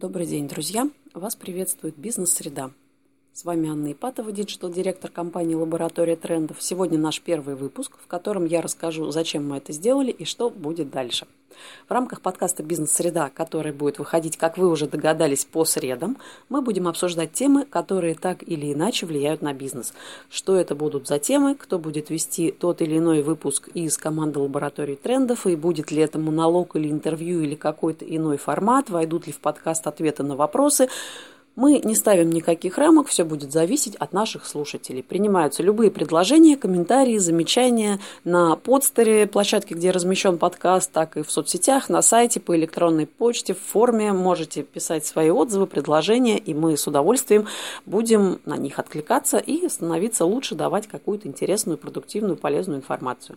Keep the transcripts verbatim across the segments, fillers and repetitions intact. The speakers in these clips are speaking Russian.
Добрый день, друзья! Вас приветствует «Бизнес-среда». С вами Анна Ипатова, диджитал-директор компании «Лаборатория трендов». Сегодня наш первый выпуск, в котором я расскажу, зачем мы это сделали и что будет дальше. В рамках подкаста «Бизнес-среда», который будет выходить, как вы уже догадались, по средам, мы будем обсуждать темы, которые так или иначе влияют на бизнес. Что это будут за темы, кто будет вести тот или иной выпуск из команды «Лаборатории трендов», и будет ли это монолог или интервью или какой-то иной формат, войдут ли в подкаст ответы на вопросы. Мы не ставим никаких рамок, все будет зависеть от наших слушателей. Принимаются любые предложения, комментарии, замечания на подстере, площадке, где размещен подкаст, так и в соцсетях, на сайте, по электронной почте, в форме. Можете писать свои отзывы, предложения, и мы с удовольствием будем на них откликаться и становиться лучше, давать какую-то интересную, продуктивную, полезную информацию.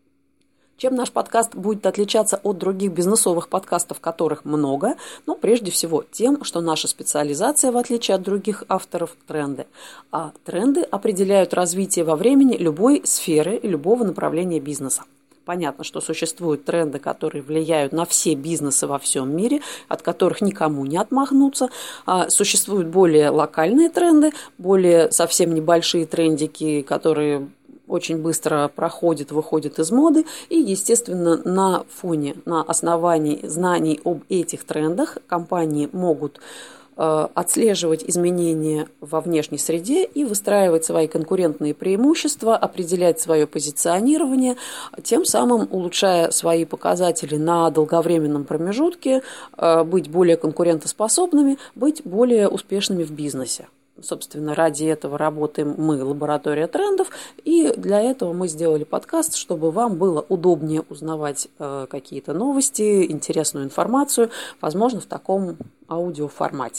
Чем наш подкаст будет отличаться от других бизнесовых подкастов, которых много? Ну, прежде всего, тем, что наша специализация, в отличие от других авторов, тренды. А тренды определяют развитие во времени любой сферы и любого направления бизнеса. Понятно, что существуют тренды, которые влияют на все бизнесы во всем мире, от которых никому не отмахнуться. А существуют более локальные тренды, более совсем небольшие трендики, которые очень быстро проходит, выходит из моды. И, естественно, на фоне, на основании знаний об этих трендах компании могут э, отслеживать изменения во внешней среде и выстраивать свои конкурентные преимущества, определять свое позиционирование, тем самым улучшая свои показатели на долговременном промежутке, э, быть более конкурентоспособными, быть более успешными в бизнесе. Собственно, ради этого работаем мы, Лаборатория трендов, и для этого мы сделали подкаст, чтобы вам было удобнее узнавать э, какие-то новости, интересную информацию, возможно, в таком аудиоформате.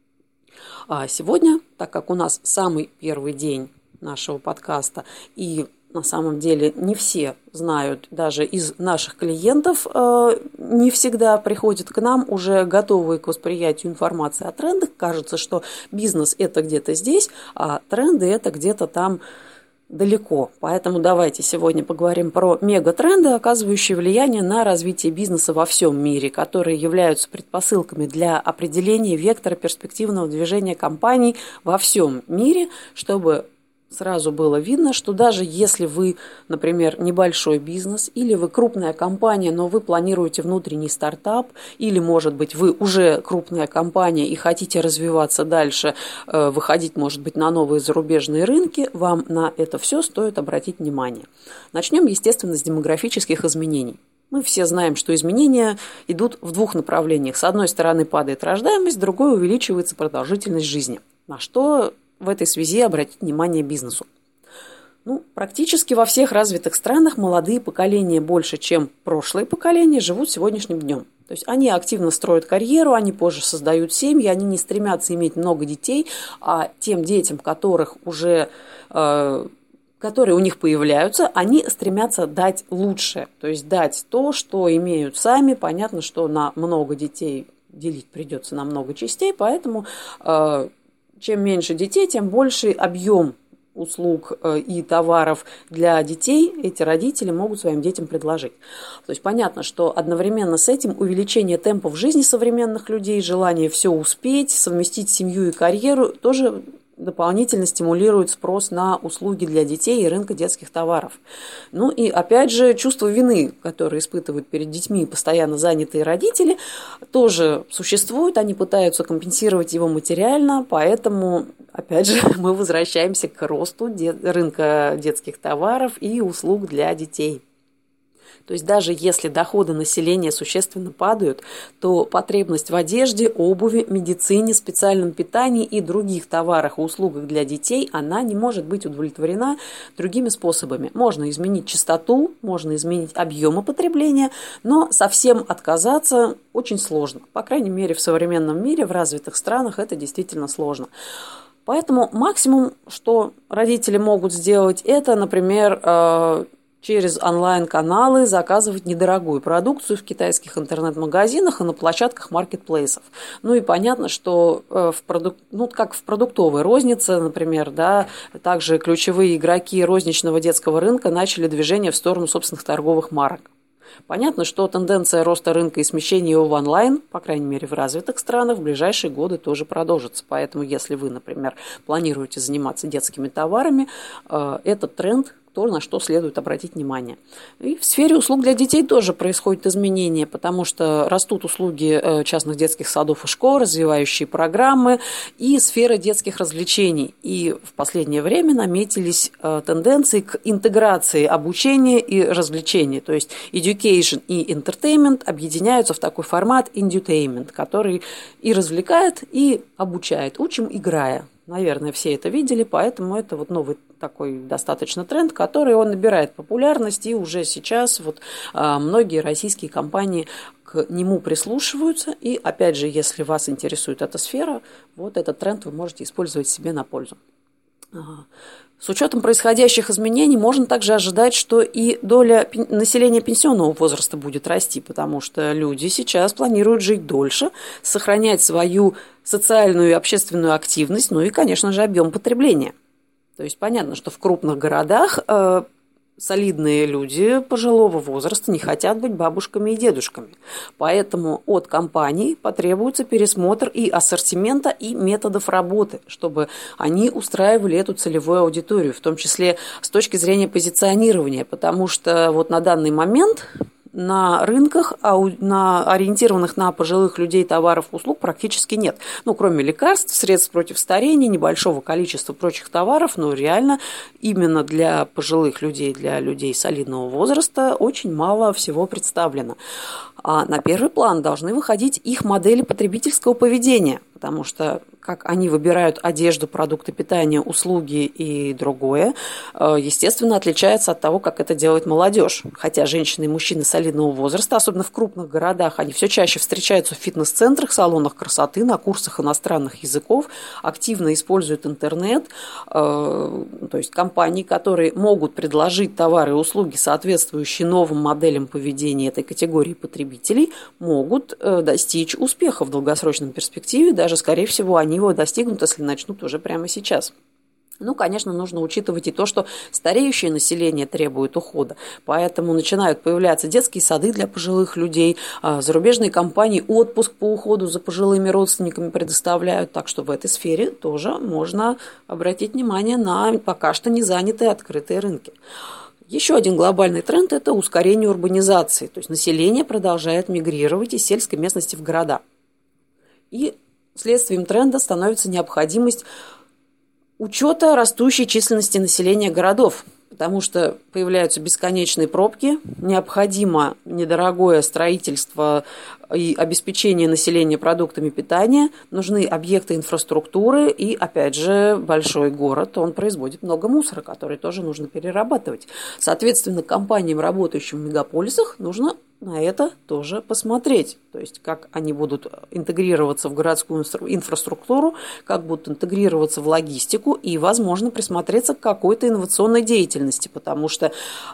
А сегодня, так как у нас самый первый день нашего подкаста, и на самом деле не все знают, даже из наших клиентов э, не всегда приходят к нам уже готовые к восприятию информации о трендах. Кажется, что бизнес – это где-то здесь, а тренды – это где-то там далеко. Поэтому давайте сегодня поговорим про мегатренды, оказывающие влияние на развитие бизнеса во всем мире, которые являются предпосылками для определения вектора перспективного движения компаний во всем мире, чтобы сразу было видно, что даже если вы, например, небольшой бизнес, или вы крупная компания, но вы планируете внутренний стартап, или, может быть, вы уже крупная компания и хотите развиваться дальше, выходить, может быть, на новые зарубежные рынки, вам на это все стоит обратить внимание. Начнем, естественно, с демографических изменений. Мы все знаем, что изменения идут в двух направлениях. С одной стороны падает рождаемость, с другой увеличивается продолжительность жизни. На что в этой связи обратить внимание бизнесу? Ну, практически во всех развитых странах молодые поколения больше, чем прошлые поколения, живут сегодняшним днем. То есть они активно строят карьеру, они позже создают семьи, они не стремятся иметь много детей, а тем детям, которых уже, э, которые у них появляются, они стремятся дать лучшее. То есть дать то, что имеют сами. Понятно, что на много детей делить придется на много частей, поэтому э, чем меньше детей, тем больше объем услуг и товаров для детей эти родители могут своим детям предложить. То есть понятно, что одновременно с этим увеличение темпов жизни современных людей, желание все успеть, совместить семью и карьеру тоже дополнительно стимулирует спрос на услуги для детей и рынка детских товаров. Ну и опять же чувство вины, которое испытывают перед детьми постоянно занятые родители, тоже существует, они пытаются компенсировать его материально, поэтому опять же мы возвращаемся к росту рынка детских товаров и услуг для детей. То есть даже если доходы населения существенно падают, то потребность в одежде, обуви, медицине, специальном питании и других товарах и услугах для детей, она не может быть удовлетворена другими способами. Можно изменить частоту, можно изменить объемы потребления, но совсем отказаться очень сложно. По крайней мере, в современном мире, в развитых странах это действительно сложно. Поэтому максимум, что родители могут сделать, это, например, через онлайн-каналы заказывать недорогую продукцию в китайских интернет-магазинах и на площадках маркетплейсов. Ну и понятно, что в продук... ну, как в продуктовой рознице, например, да, также ключевые игроки розничного детского рынка начали движение в сторону собственных торговых марок. Понятно, что тенденция роста рынка и смещения его в онлайн, по крайней мере в развитых странах, в ближайшие годы тоже продолжится. Поэтому если вы, например, планируете заниматься детскими товарами, этот тренд то, на что следует обратить внимание. И в сфере услуг для детей тоже происходят изменения, потому что растут услуги частных детских садов и школ, развивающие программы и сфера детских развлечений. И в последнее время наметились тенденции к интеграции обучения и развлечений. То есть education и entertainment объединяются в такой формат edutainment, который и развлекает, и обучает. Учим, играя. Наверное, все это видели, поэтому это вот новый такой достаточно тренд, который он набирает популярность, и уже сейчас вот а, многие российские компании к нему прислушиваются. И опять же, если вас интересует эта сфера, вот этот тренд вы можете использовать себе на пользу. Ага. С учетом происходящих изменений можно также ожидать, что и доля населения пенсионного возраста будет расти, потому что люди сейчас планируют жить дольше, сохранять свою социальную и общественную активность, ну и, конечно же, объем потребления. То есть понятно, что в крупных городах э, солидные люди пожилого возраста не хотят быть бабушками и дедушками. Поэтому от компаний потребуется пересмотр и ассортимента, и методов работы, чтобы они устраивали эту целевую аудиторию, в том числе с точки зрения позиционирования, потому что вот на данный момент на рынках, на ориентированных на пожилых людей товаров и услуг практически нет. Ну, кроме лекарств, средств против старения, небольшого количества прочих товаров, но реально именно для пожилых людей, для людей солидного возраста очень мало всего представлено. А на первый план должны выходить их модели потребительского поведения, потому что как они выбирают одежду, продукты питания, услуги и другое, естественно, отличается от того, как это делает молодежь. Хотя женщины и мужчины солидного возраста, особенно в крупных городах, они все чаще встречаются в фитнес-центрах, салонах красоты, на курсах иностранных языков, активно используют интернет, то есть компании, которые могут предложить товары и услуги, соответствующие новым моделям поведения этой категории потребителей, могут достичь успеха в долгосрочном перспективе, даже, скорее всего, они его достигнут, если начнут уже прямо сейчас. Ну, конечно, нужно учитывать и то, что стареющее население требует ухода, поэтому начинают появляться детские сады для пожилых людей, зарубежные компании отпуск по уходу за пожилыми родственниками предоставляют, так что в этой сфере тоже можно обратить внимание на пока что не занятые открытые рынки. Еще один глобальный тренд – это ускорение урбанизации, то есть население продолжает мигрировать из сельской местности в города. И следствием тренда становится необходимость учета растущей численности населения городов, потому что появляются бесконечные пробки, необходимо недорогое строительство и обеспечение населения продуктами питания, нужны объекты инфраструктуры и, опять же, большой город, он производит много мусора, который тоже нужно перерабатывать. Соответственно, компаниям, работающим в мегаполисах, нужно на это тоже посмотреть, то есть как они будут интегрироваться в городскую инфраструктуру, как будут интегрироваться в логистику и, возможно, присмотреться к какой-то инновационной деятельности, потому что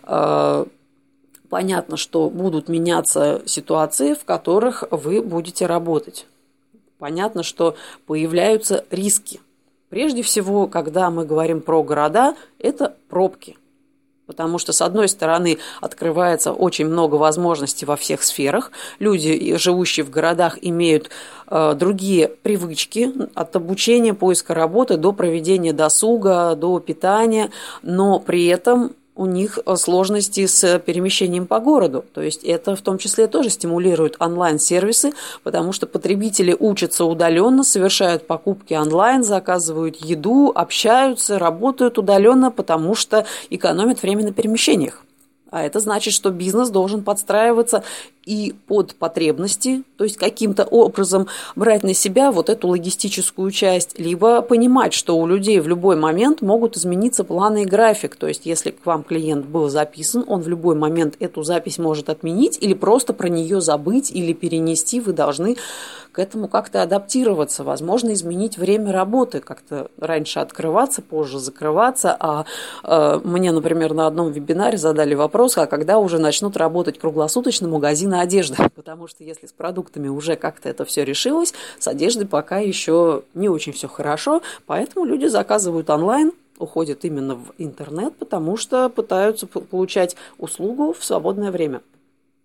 э, понятно, что будут меняться ситуации, в которых вы будете работать. Понятно, что появляются риски. Прежде всего, когда мы говорим про города, это пробки. Потому что, с одной стороны, открывается очень много возможностей во всех сферах. Люди, живущие в городах, имеют э, другие привычки от обучения, поиска работы до проведения досуга, до питания, но при этом у них сложности с перемещением по городу. То есть это в том числе тоже стимулирует онлайн-сервисы, потому что потребители учатся удаленно, совершают покупки онлайн, заказывают еду, общаются, работают удаленно, потому что экономят время на перемещениях. А это значит, что бизнес должен подстраиваться и под потребности, то есть каким-то образом брать на себя вот эту логистическую часть, либо понимать, что у людей в любой момент могут измениться планы и график. То есть если к вам клиент был записан, он в любой момент эту запись может отменить или просто про нее забыть или перенести. Вы должны к этому как-то адаптироваться, возможно, изменить время работы, как-то раньше открываться, позже закрываться. А э, мне, например, на одном вебинаре задали вопрос, а когда уже начнут работать круглосуточно магазины одежды, потому что если с продуктами уже как-то это все решилось, с одеждой пока еще не очень все хорошо, поэтому люди заказывают онлайн, уходят именно в интернет, потому что пытаются получать услугу в свободное время.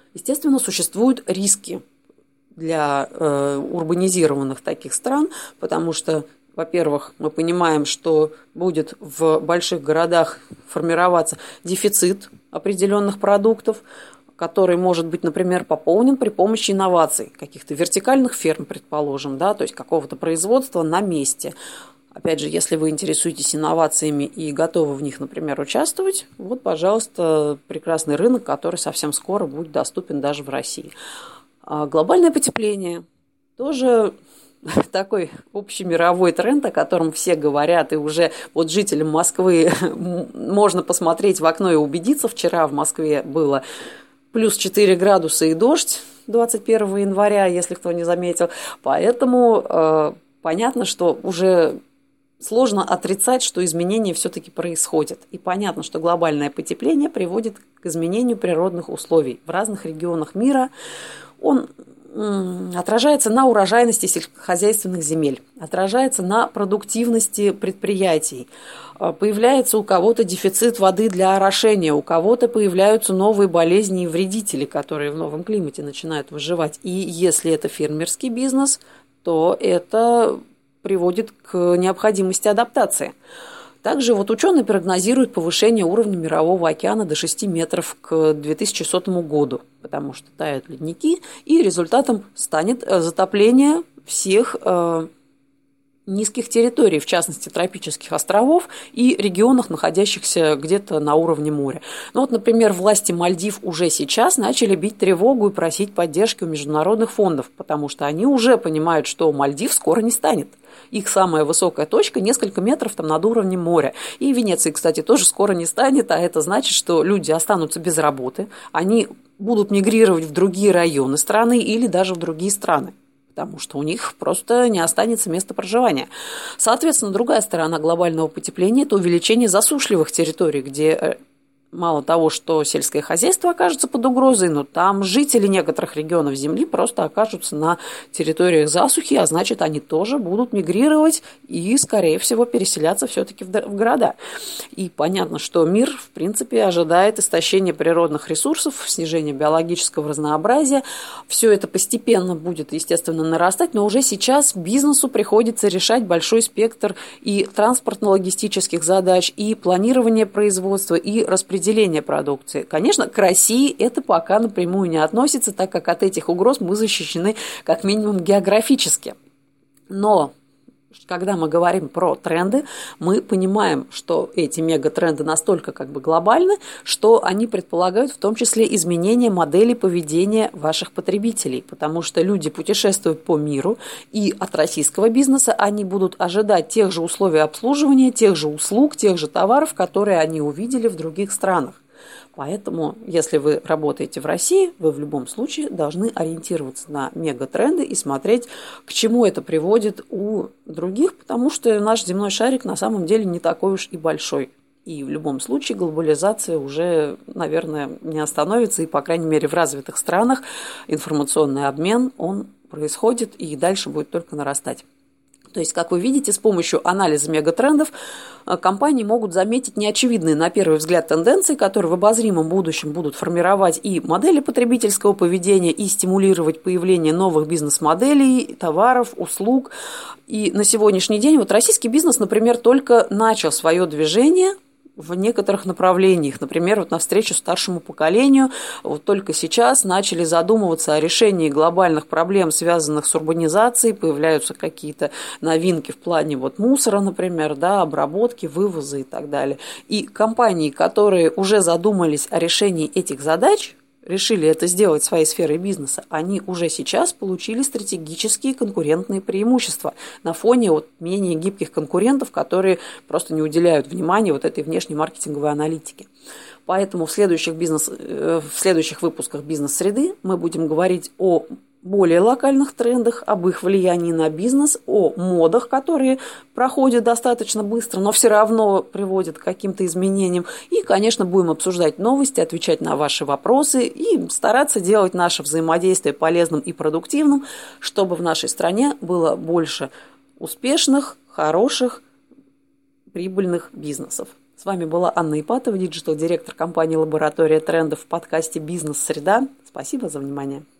Естественно, существуют риски для э, урбанизированных таких стран, потому что, во-первых, мы понимаем, что будет в больших городах формироваться дефицит определенных продуктов, который может быть, например, пополнен при помощи инноваций, каких-то вертикальных ферм, предположим, да, то есть какого-то производства на месте. Опять же, если вы интересуетесь инновациями и готовы в них, например, участвовать, вот, пожалуйста, прекрасный рынок, который совсем скоро будет доступен даже в России. А глобальное потепление тоже такой общемировой тренд, о котором все говорят, и уже вот жителям Москвы можно посмотреть в окно и убедиться. Вчера в Москве было плюс четыре градуса и дождь двадцать первого января, если кто не заметил. Поэтому э, понятно, что уже сложно отрицать, что изменения все-таки происходят. И понятно, что глобальное потепление приводит к изменению природных условий в разных регионах мира. Он отражается на урожайности сельскохозяйственных земель, отражается на продуктивности предприятий. Появляется у кого-то дефицит воды для орошения, у кого-то появляются новые болезни и вредители, которые в новом климате начинают выживать. И если это фермерский бизнес, то это приводит к необходимости адаптации. Также вот ученые прогнозируют повышение уровня Мирового океана до шести метров к две тысячи сотому году, потому что тают ледники, и результатом станет затопление всех э, низких территорий, в частности тропических островов и регионах, находящихся где-то на уровне моря. Ну вот, например, власти Мальдив уже сейчас начали бить тревогу и просить поддержки у международных фондов, потому что они уже понимают, что Мальдив скоро не станет. Их самая высокая точка несколько метров там над уровнем моря. И Венеции, кстати, тоже скоро не станет, а это значит, что люди останутся без работы, они будут мигрировать в другие районы страны или даже в другие страны, потому что у них просто не останется места проживания. Соответственно, другая сторона глобального потепления – это увеличение засушливых территорий, где мало того, что сельское хозяйство окажется под угрозой, но там жители некоторых регионов Земли просто окажутся на территориях засухи, а значит, они тоже будут мигрировать и, скорее всего, переселяться все-таки в города. И понятно, что мир, в принципе, ожидает истощения природных ресурсов, снижения биологического разнообразия. Все это постепенно будет, естественно, нарастать, но уже сейчас бизнесу приходится решать большой спектр и транспортно-логистических задач, и планирование производства, и распределение продукции. Конечно, к России это пока напрямую не относится, так как от этих угроз мы защищены как минимум географически. Но когда мы говорим про тренды, мы понимаем, что эти мегатренды настолько как бы глобальны, что они предполагают в том числе изменение модели поведения ваших потребителей, потому что люди путешествуют по миру, и от российского бизнеса они будут ожидать тех же условий обслуживания, тех же услуг, тех же товаров, которые они увидели в других странах. Поэтому, если вы работаете в России, вы в любом случае должны ориентироваться на мегатренды и смотреть, к чему это приводит у других, потому что наш земной шарик на самом деле не такой уж и большой. И в любом случае глобализация уже, наверное, не остановится, и, по крайней мере, в развитых странах информационный обмен, он происходит и дальше будет только нарастать. То есть, как вы видите, с помощью анализа мегатрендов компании могут заметить неочевидные на первый взгляд тенденции, которые в обозримом будущем будут формировать и модели потребительского поведения, и стимулировать появление новых бизнес-моделей, товаров, услуг. И на сегодняшний день вот российский бизнес, например, только начал свое движение в некоторых направлениях. Например, вот навстречу старшему поколению вот только сейчас начали задумываться о решении глобальных проблем, связанных с урбанизацией. Появляются какие-то новинки в плане вот мусора, например, да, обработки, вывоза и так далее. И компании, которые уже задумались о решении этих задач, решили это сделать своей сферой бизнеса, они уже сейчас получили стратегические конкурентные преимущества на фоне вот менее гибких конкурентов, которые просто не уделяют внимания вот этой внешней маркетинговой аналитике. Поэтому в следующих, бизнес, в следующих выпусках «Бизнес-среды» мы будем говорить о более локальных трендах, об их влиянии на бизнес, о модах, которые проходят достаточно быстро, но все равно приводят к каким-то изменениям. И, конечно, будем обсуждать новости, отвечать на ваши вопросы и стараться делать наше взаимодействие полезным и продуктивным, чтобы в нашей стране было больше успешных, хороших, прибыльных бизнесов. С вами была Анна Ипатова, диджитал-директор компании «Лаборатория трендов» в подкасте «Бизнес-среда». Спасибо за внимание.